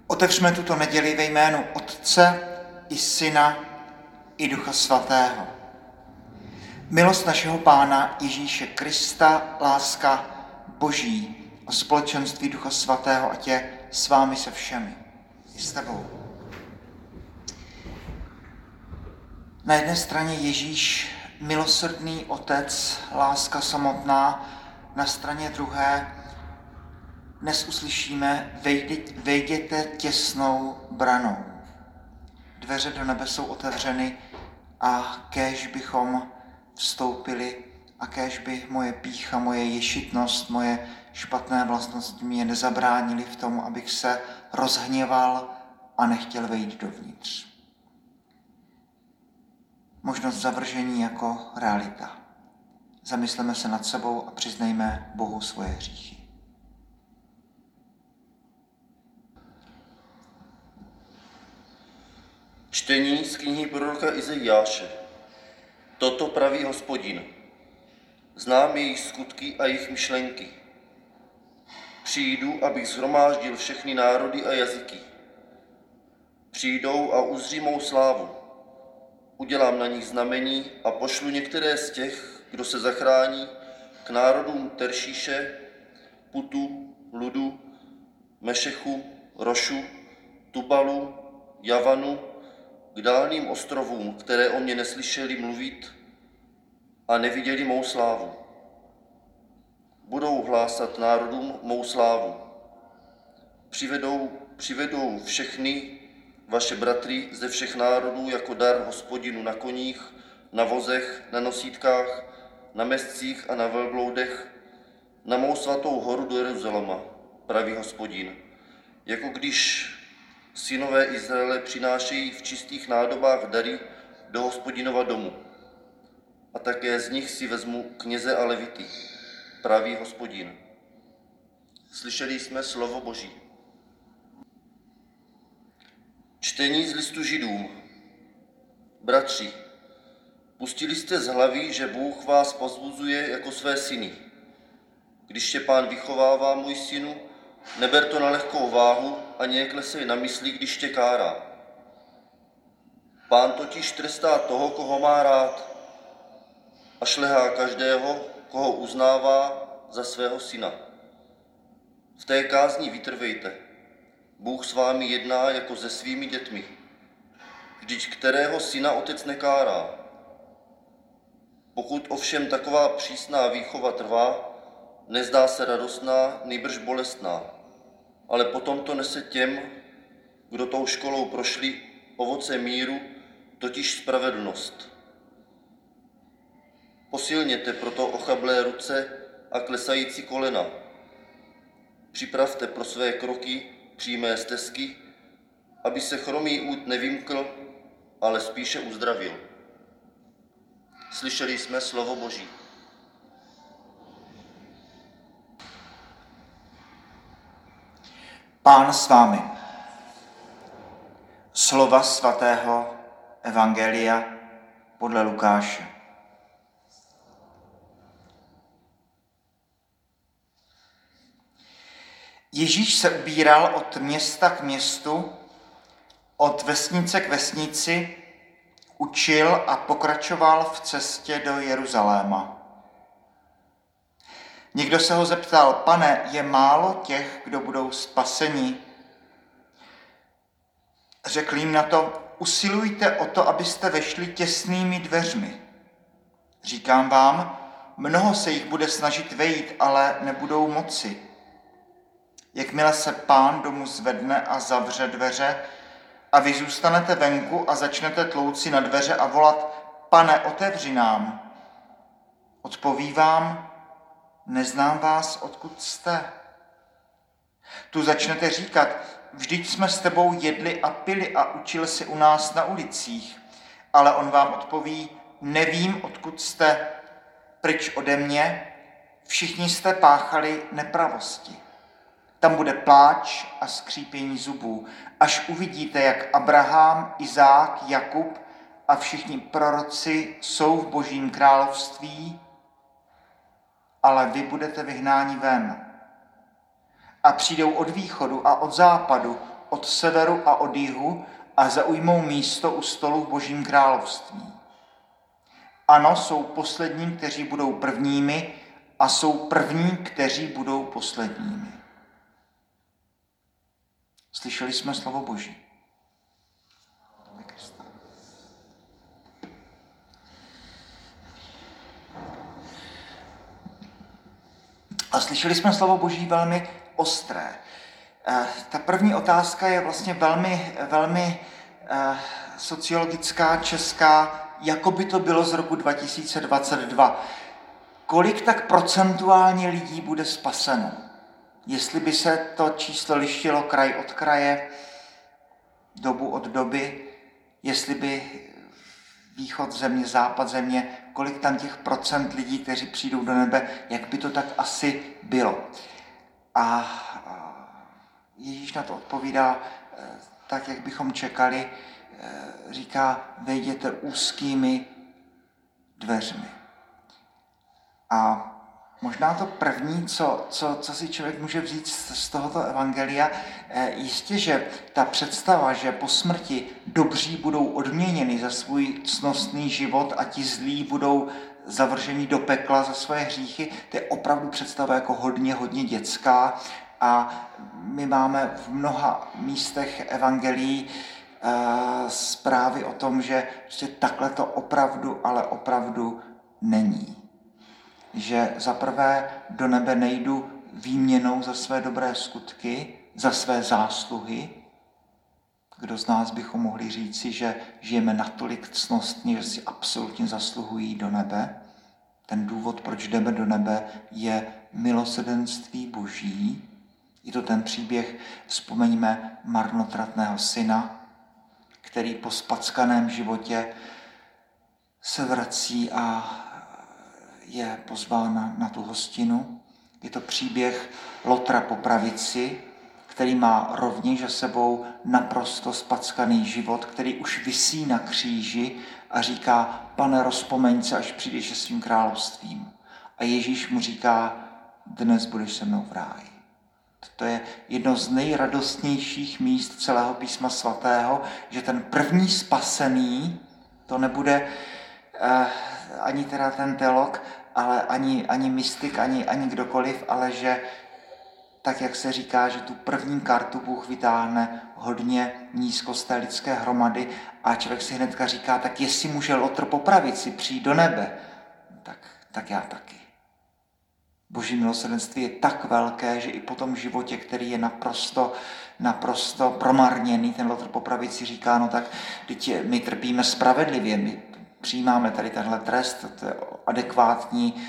Otevřme tuto neděli ve jménu Otce i Syna i Ducha Svatého. Milost našeho Pána Ježíše Krista, láska Boží a společenství Ducha Svatého, ať je s vámi se všemi. I s tebou. Na jedné straně Ježíš, milosrdný Otec, láska samotná, na straně druhé dnes uslyšíme: vejděte těsnou branou. Dveře do nebe jsou otevřeny a kéž bychom vstoupili a kéž by moje pýcha, moje ješitnost, moje špatné vlastnosti mě nezabránili v tom, abych se rozhněval a nechtěl vejít dovnitř. Možnost zavržení jako realita. Zamysleme se nad sebou a přiznejme Bohu svoje hříchy. Čtení z knihy proroka Izajáše. Toto praví Hospodin. Znám jejich skutky a jejich myšlenky. Přijdu, abych shromáždil všechny národy a jazyky. Přijdou a uzří mou slávu. Udělám na nich znamení a pošlu některé z těch, kdo se zachrání, k národům Teršíše, Putu, Ludu, Mešechu, Rošu, Tubalu, Javanu, k dálným ostrovům, které o mě neslyšeli mluvit a neviděli mou slávu. Budou hlásat národům mou slávu. Přivedou všechny vaše bratry ze všech národů jako dar Hospodinu na koních, na vozech, na nosítkách, na mezcích a na velbloudech, na mou svatou horu do Jeruzaléma, praví Hospodin. Jako když synové Izraele přinášejí v čistých nádobách dary do Hospodinova domu. A také z nich si vezmu kněze a levity, praví Hospodin. Slyšeli jsme slovo Boží. Čtení z listu Židům. Bratři, pustili jste z hlavy, že Bůh vás povzbuzuje jako své syny. Když tě Pán vychovává, můj synu, neber to na lehkou váhu a neklesej na mysli, když tě kárá. Pán totiž trestá toho, koho má rád, a šlehá každého, koho uznává za svého syna. V té kázni vytrvejte. Bůh s vámi jedná jako se svými dětmi. Vždyť kterého syna otec nekárá. Pokud ovšem taková přísná výchova trvá, nezdá se radostná, nýbrž bolestná, ale potom to nese těm, kdo tou školou prošli, ovoce míru, totiž spravedlnost. Posilněte proto ochablé ruce a klesající kolena. Připravte pro své kroky přímé stezky, aby se chromý út nevymkl, ale spíše uzdravil. Slyšeli jsme slovo Boží. Pán s vámi. Slova svatého Evangelia podle Lukáše. Ježíš se ubíral od města k městu, od vesnice k vesnici, učil a pokračoval v cestě do Jeruzaléma. Někdo se ho zeptal: Pane, je málo těch, kdo budou spaseni? Řekl jim na to: usilujte o to, abyste vešli těsnými dveřmi. Říkám vám, mnoho se jich bude snažit vejít, ale nebudou moci. Jakmile se Pán domu zvedne a zavře dveře a vy zůstanete venku a začnete tlouci na dveře a volat: Pane, otevři nám. Odpoví vám: neznám vás, odkud jste. Tu začnete říkat: vždyť jsme s tebou jedli a pili a učil si u nás na ulicích. Ale on vám odpoví: nevím, odkud jste, pryč ode mě, všichni jste páchali nepravosti. Tam bude pláč a skřípění zubů, až uvidíte, jak Abraham, Izák, Jakub a všichni proroci jsou v Božím království, ale vy budete vyhnáni ven. A přijdou od východu a od západu, od severu a od jihu a zaujmou místo u stolu v Božím království. Ano, jsou poslední, kteří budou prvními, a jsou první, kteří budou posledními. Slyšeli jsme slovo Boží. A slyšeli jsme slovo Boží velmi ostré. Ta první otázka je vlastně velmi sociologická, česká, jako by to bylo z roku 2022. Kolik tak procentuálně lidí bude spaseno? Jestli by se to číslo lišilo kraj od kraje, dobu od doby, jestli by východ země, západ země, kolik tam těch procent lidí, kteří přijdou do nebe, jak by to tak asi bylo. A Ježíš na to odpovídá tak, jak bychom čekali, říká, vejděte úzkými dveřmi. A možná to první, co si člověk může vzít z tohoto evangelia, jistě, že ta představa, že po smrti dobří budou odměněni za svůj cnostný život a ti zlí budou zavrženi do pekla za svoje hříchy, to je opravdu představa jako hodně dětská a my máme v mnoha místech evangelií zprávy o tom, že prostě takhle to opravdu, ale opravdu není. Že zaprvé do nebe nejdu výměnou za své dobré skutky, za své zásluhy. Kdo z nás bychom mohli říci, že žijeme natolik cnostně, že si absolutně zasluhují do nebe. Ten důvod, proč jdeme do nebe, je milosrdenství Boží. Je to ten příběh, vzpomeňme, marnotratného syna, který po spackaném životě se vrací a je pozván na tu hostinu. Je to příběh Lotra po pravici, který má rovněž za sebou naprosto spackaný život, který už visí na kříži a říká, Pane, rozpomeň se, až přijdeš se svým královstvím. A Ježíš mu říká, dnes budeš se mnou v ráji. To je jedno z nejradostnějších míst celého písma svatého, že ten první spasený, to nebude ani teda ten teolog, ale ani mystik, ani kdokoliv, ale že tak, jak se říká, že tu první kartu Bůh vytáhne hodně nízko z té lidské hromady a člověk si hnedka říká, tak jestli může Lotr po pravici přijít do nebe, tak já taky. Boží milosrdenství je tak velké, že i po tom životě, který je naprosto promarněný, ten Lotr po pravici říká, no tak my trpíme spravedlivě, my přijímáme tady tenhle trest, to je adekvátní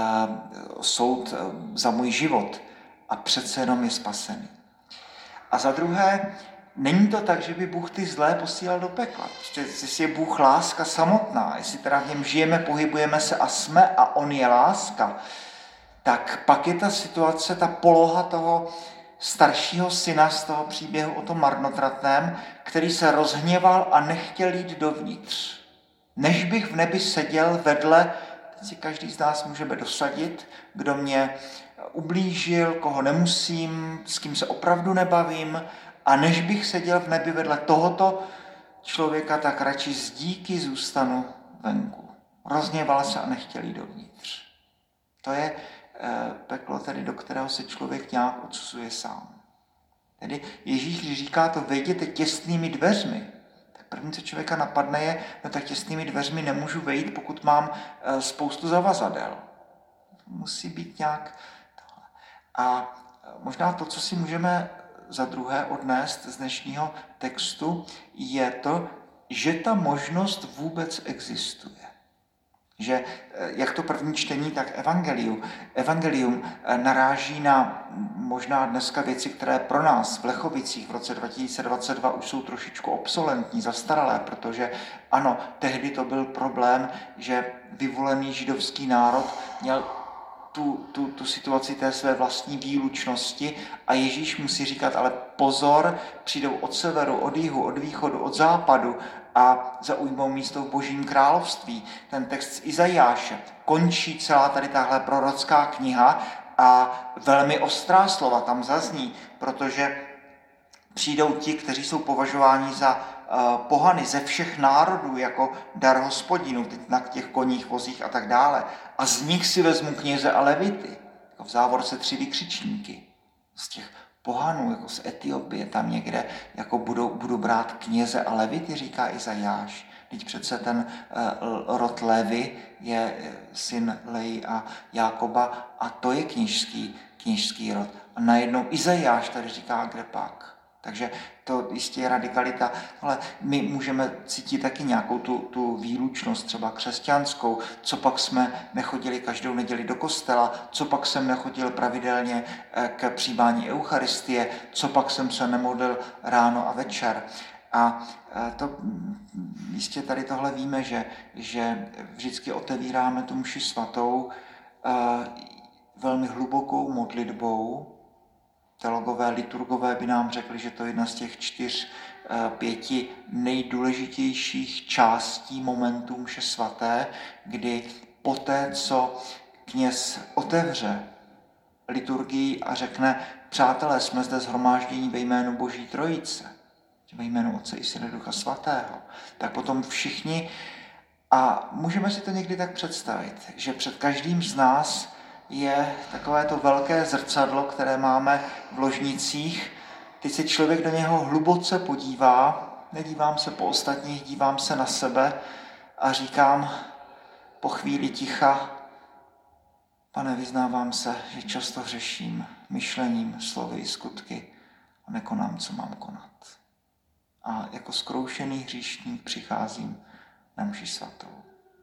soud za můj život a přece jenom je spasený. A za druhé, není to tak, že by Bůh ty zlé posílal do pekla. Jestli je Bůh láska samotná, jestli teda v něm žijeme, pohybujeme se a jsme a on je láska, tak pak je ta situace, ta poloha toho staršího syna z toho příběhu o tom marnotratném, který se rozhněval a nechtěl jít dovnitř. Než bych v nebi seděl vedle, teď si každý z nás můžeme dosadit, kdo mě ublížil, koho nemusím, s kým se opravdu nebavím, a než bych seděl v nebi vedle tohoto člověka, tak radši z díky zůstanu venku. Rozhněval se a nechtěl jít dovnitř. To je peklo, tedy do kterého se člověk nějak odsuzuje sám. Tedy Ježíš, když říká to, vejděte těsnými dveřmi, tak první, co člověka napadne je, no tak těsnými dveřmi nemůžu vejít, pokud mám spoustu zavazadel. Musí být nějak tohle. A možná to, co si můžeme za druhé odnést z dnešního textu, je to, že ta možnost vůbec existuje. Že jak to první čtení, tak evangelium naráží na možná dneska věci, které pro nás v Lechovicích v roce 2022 už jsou trošičku obsolentní, zastaralé, protože ano, tehdy to byl problém, že vyvolený židovský národ měl tu situaci té své vlastní výlučnosti a Ježíš musí říkat, ale pozor, přijdou od severu, od jihu, od východu, od západu a zaujmou místo v Božím království. Ten text z Izajáše končí celá tady tahle prorocká kniha a velmi ostrá slova tam zazní, protože přijdou ti, kteří jsou považováni za pohany ze všech národů jako dar Hospodinu, teď na těch koních, vozích a tak dále. A z nich si vezmu kněze a levity, jako v závorce 3 vykřičníky. Z těch pohanů, jako z Etiopie, tam někde jako budou brát kněze a levity, říká Izajáš. Teď přece ten rod Lévy je syn Leji a Jákoba a to je kněžský rod. A najednou Izajáš tady říká, kde pak. Takže to jistě je radikalita, ale my můžeme cítit taky nějakou tu výlučnost, třeba křesťanskou, co pak jsme nechodili každou neděli do kostela, co pak jsem nechodil pravidelně k přijímání eucharistie, co pak jsem se nemodlil ráno a večer. A to jistě tady tohle víme, že vždycky otevíráme tu mši svatou velmi hlubokou modlitbou. Teologové, liturgové by nám řekli, že to je jedna z těch 4, 5 nejdůležitějších částí momentů mše svaté, kdy poté, co kněz otevře liturgii a řekne, přátelé, jsme zde shromáždění ve jménu Boží Trojice, ve jménu Otce i Syna Ducha Svatého, tak potom všichni, a můžeme si to někdy tak představit, že před každým z nás je takové to velké zrcadlo, které máme v ložnicích. Teď se člověk do něho hluboce podívá, nedívám se po ostatních, dívám se na sebe a říkám po chvíli ticha, Pane, vyznávám se, že často hřeším myšlením, slovy i skutky a nekonám, co mám konat. A jako zkroušený hříšník přicházím na mši svatou.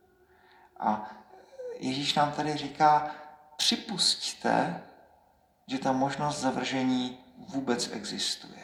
A Ježíš nám tady říká, připusťte, že ta možnost zavržení vůbec existuje.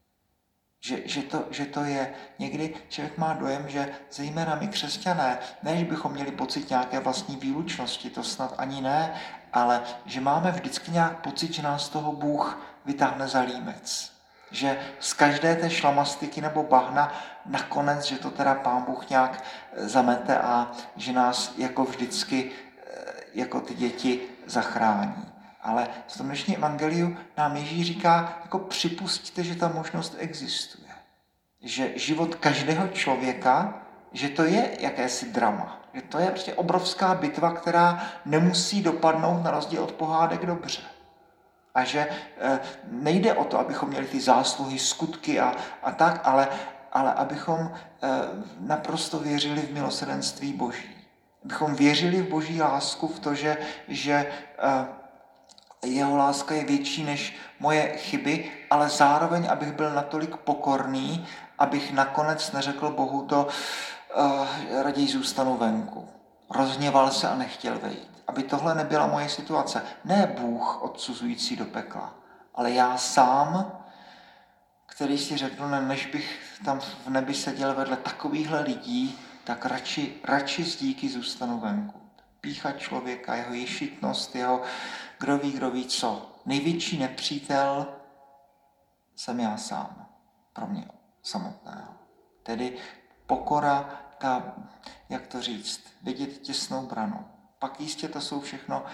Že to je, někdy člověk má dojem, že zejména my křesťané, ne, že bychom měli pocit nějaké vlastní výlučnosti, to snad ani ne, ale že máme vždycky nějak pocit, že nás toho Bůh vytáhne za límec. Že z každé té šlamastiky nebo bahna nakonec, že to teda Pán Bůh nějak zamete a že nás jako vždycky, jako ty děti zachrání. Ale v tom dnešním evangeliu nám Ježíš říká, jako připustíte, že ta možnost existuje. Že život každého člověka, že to je jakési drama. Že to je prostě obrovská bitva, která nemusí dopadnout na rozdíl od pohádek dobře. A že nejde o to, abychom měli ty zásluhy, skutky a tak, ale abychom naprosto věřili v milosrdenství Boží. Abychom věřili v Boží lásku, v to, že jeho láska je větší než moje chyby, ale zároveň, abych byl natolik pokorný, abych nakonec neřekl Bohu to, raději zůstanu venku. Rozhněval se a nechtěl vejít. Aby tohle nebyla moje situace. Ne Bůh odsuzující do pekla, ale já sám, který si řekl, než bych tam v nebi seděl vedle takovýchhle lidí, tak radši z díky zůstanu venku. Píchat člověka, jeho ješitnost, jeho kdo ví co. Největší nepřítel jsem já sám, pro mě samotného. Tedy pokora, ta, jak to říct, vidět těsnou branu. Pak jistě to jsou všechno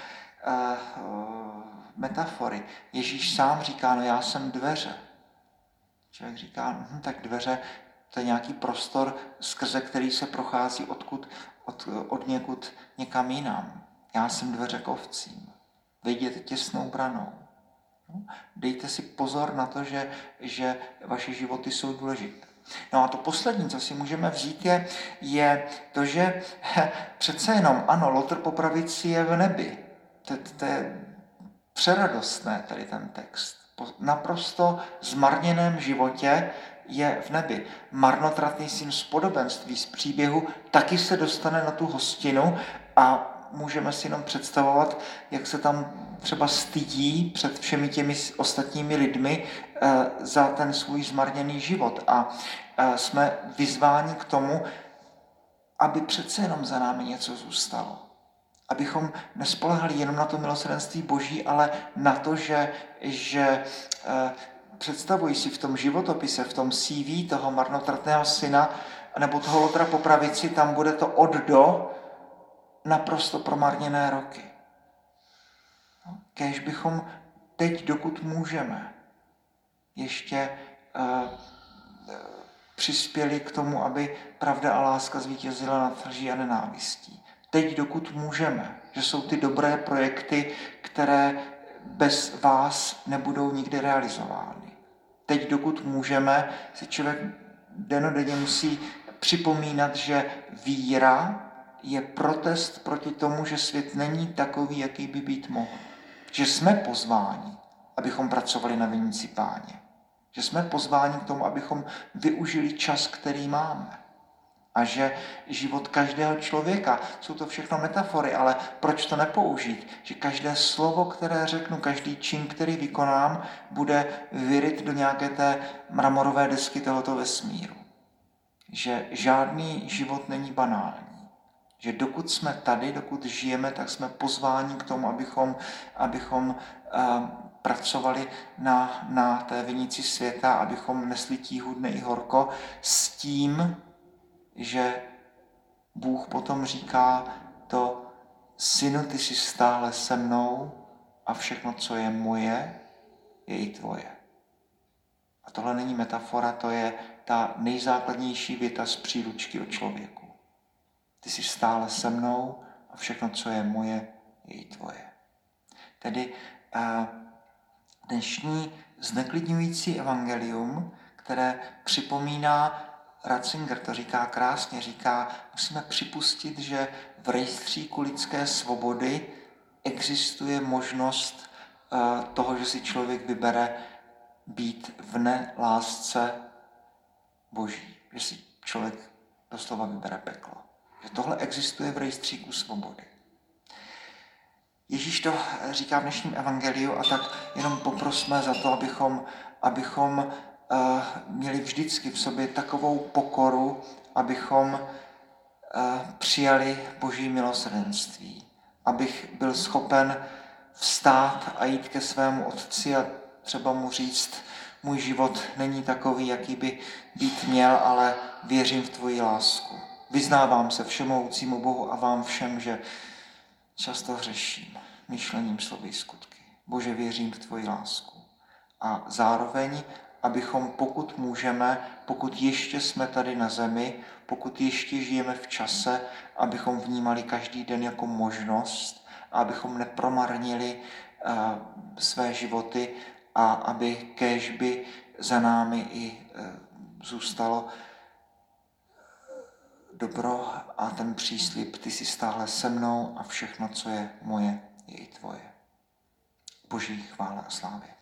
metafory. Ježíš sám říká, no já jsem dveře. Člověk říká, tak dveře, to je nějaký prostor, skrze který se prochází od někud někam jinam. Já jsem dveře k ovcím. Vejděte těsnou branou. Dejte si pozor na to, že vaše životy jsou důležité. No a to poslední, co si můžeme vzít, je to, že přece jenom, ano, lotr po pravici je v nebi. To je přeradostné, tady ten text. Po naprosto zmarněném životě je v nebi. Marnotratný syn z podobenství, z příběhu, taky se dostane na tu hostinu a můžeme si jenom představovat, jak se tam třeba stydí před všemi těmi ostatními lidmi za ten svůj zmarněný život. A jsme vyzváni k tomu, aby přece jenom za námi něco zůstalo. Abychom nespolehali jenom na to milosrdenství Boží, ale na to, že představuji si v tom životopise, v tom CV toho marnotratného syna nebo toho lotra po pravici, tam bude to od do naprosto promarněné roky. Kéž bychom teď, dokud můžeme, ještě přispěli k tomu, aby pravda a láska zvítězila nad lží a nenávistí. Teď, dokud můžeme, že jsou ty dobré projekty, které bez vás nebudou nikdy realizovány. Teď, dokud můžeme, si člověk dennodenně musí připomínat, že víra je protest proti tomu, že svět není takový, jaký by být mohl. Že jsme pozváni, abychom pracovali na vinici Páně. Že jsme pozváni k tomu, abychom využili čas, který máme. A že život každého člověka, jsou to všechno metafory, ale proč to nepoužít? Že každé slovo, které řeknu, každý čin, který vykonám, bude vyryt do nějaké té mramorové desky tohoto vesmíru. Že žádný život není banální. Že dokud jsme tady, dokud žijeme, tak jsme pozváni k tomu, abychom pracovali na té vinici světa, abychom nesli tíhu dne i horko s tím, že Bůh potom říká to: synu, ty jsi stále se mnou a všechno, co je moje, je i tvoje. A tohle není metafora, to je ta nejzákladnější věta z příručky o člověku. Ty jsi stále se mnou a všechno, co je moje, je i tvoje. Tedy dnešní zneklidňující evangelium, které připomíná, Ratzinger to říká krásně, říká, musíme připustit, že v rejstříku lidské svobody existuje možnost toho, že si člověk vybere být v nelásce Boží. Že si člověk doslova vybere peklo. Že tohle existuje v rejstříku svobody. Ježíš to říká v dnešním evangeliu a tak jenom poprosme za to, abychom měli vždycky v sobě takovou pokoru, abychom přijali Boží milosrdenství. Abych byl schopen vstát a jít ke svému otci a třeba mu říct: můj život není takový, jaký by být měl, ale věřím v tvoji lásku. Vyznávám se všemohoucímu Bohu a vám všem, že často hřeším myšlením, slovy, skutky. Bože, věřím v tvoji lásku. A zároveň, abychom, pokud můžeme, pokud ještě jsme tady na zemi, pokud ještě žijeme v čase, abychom vnímali každý den jako možnost a abychom nepromarnili své životy a aby kéžby za námi i zůstalo dobro a ten příslib: ty jsi stále se mnou a všechno, co je moje, je i tvoje. Boží chvála a slávě.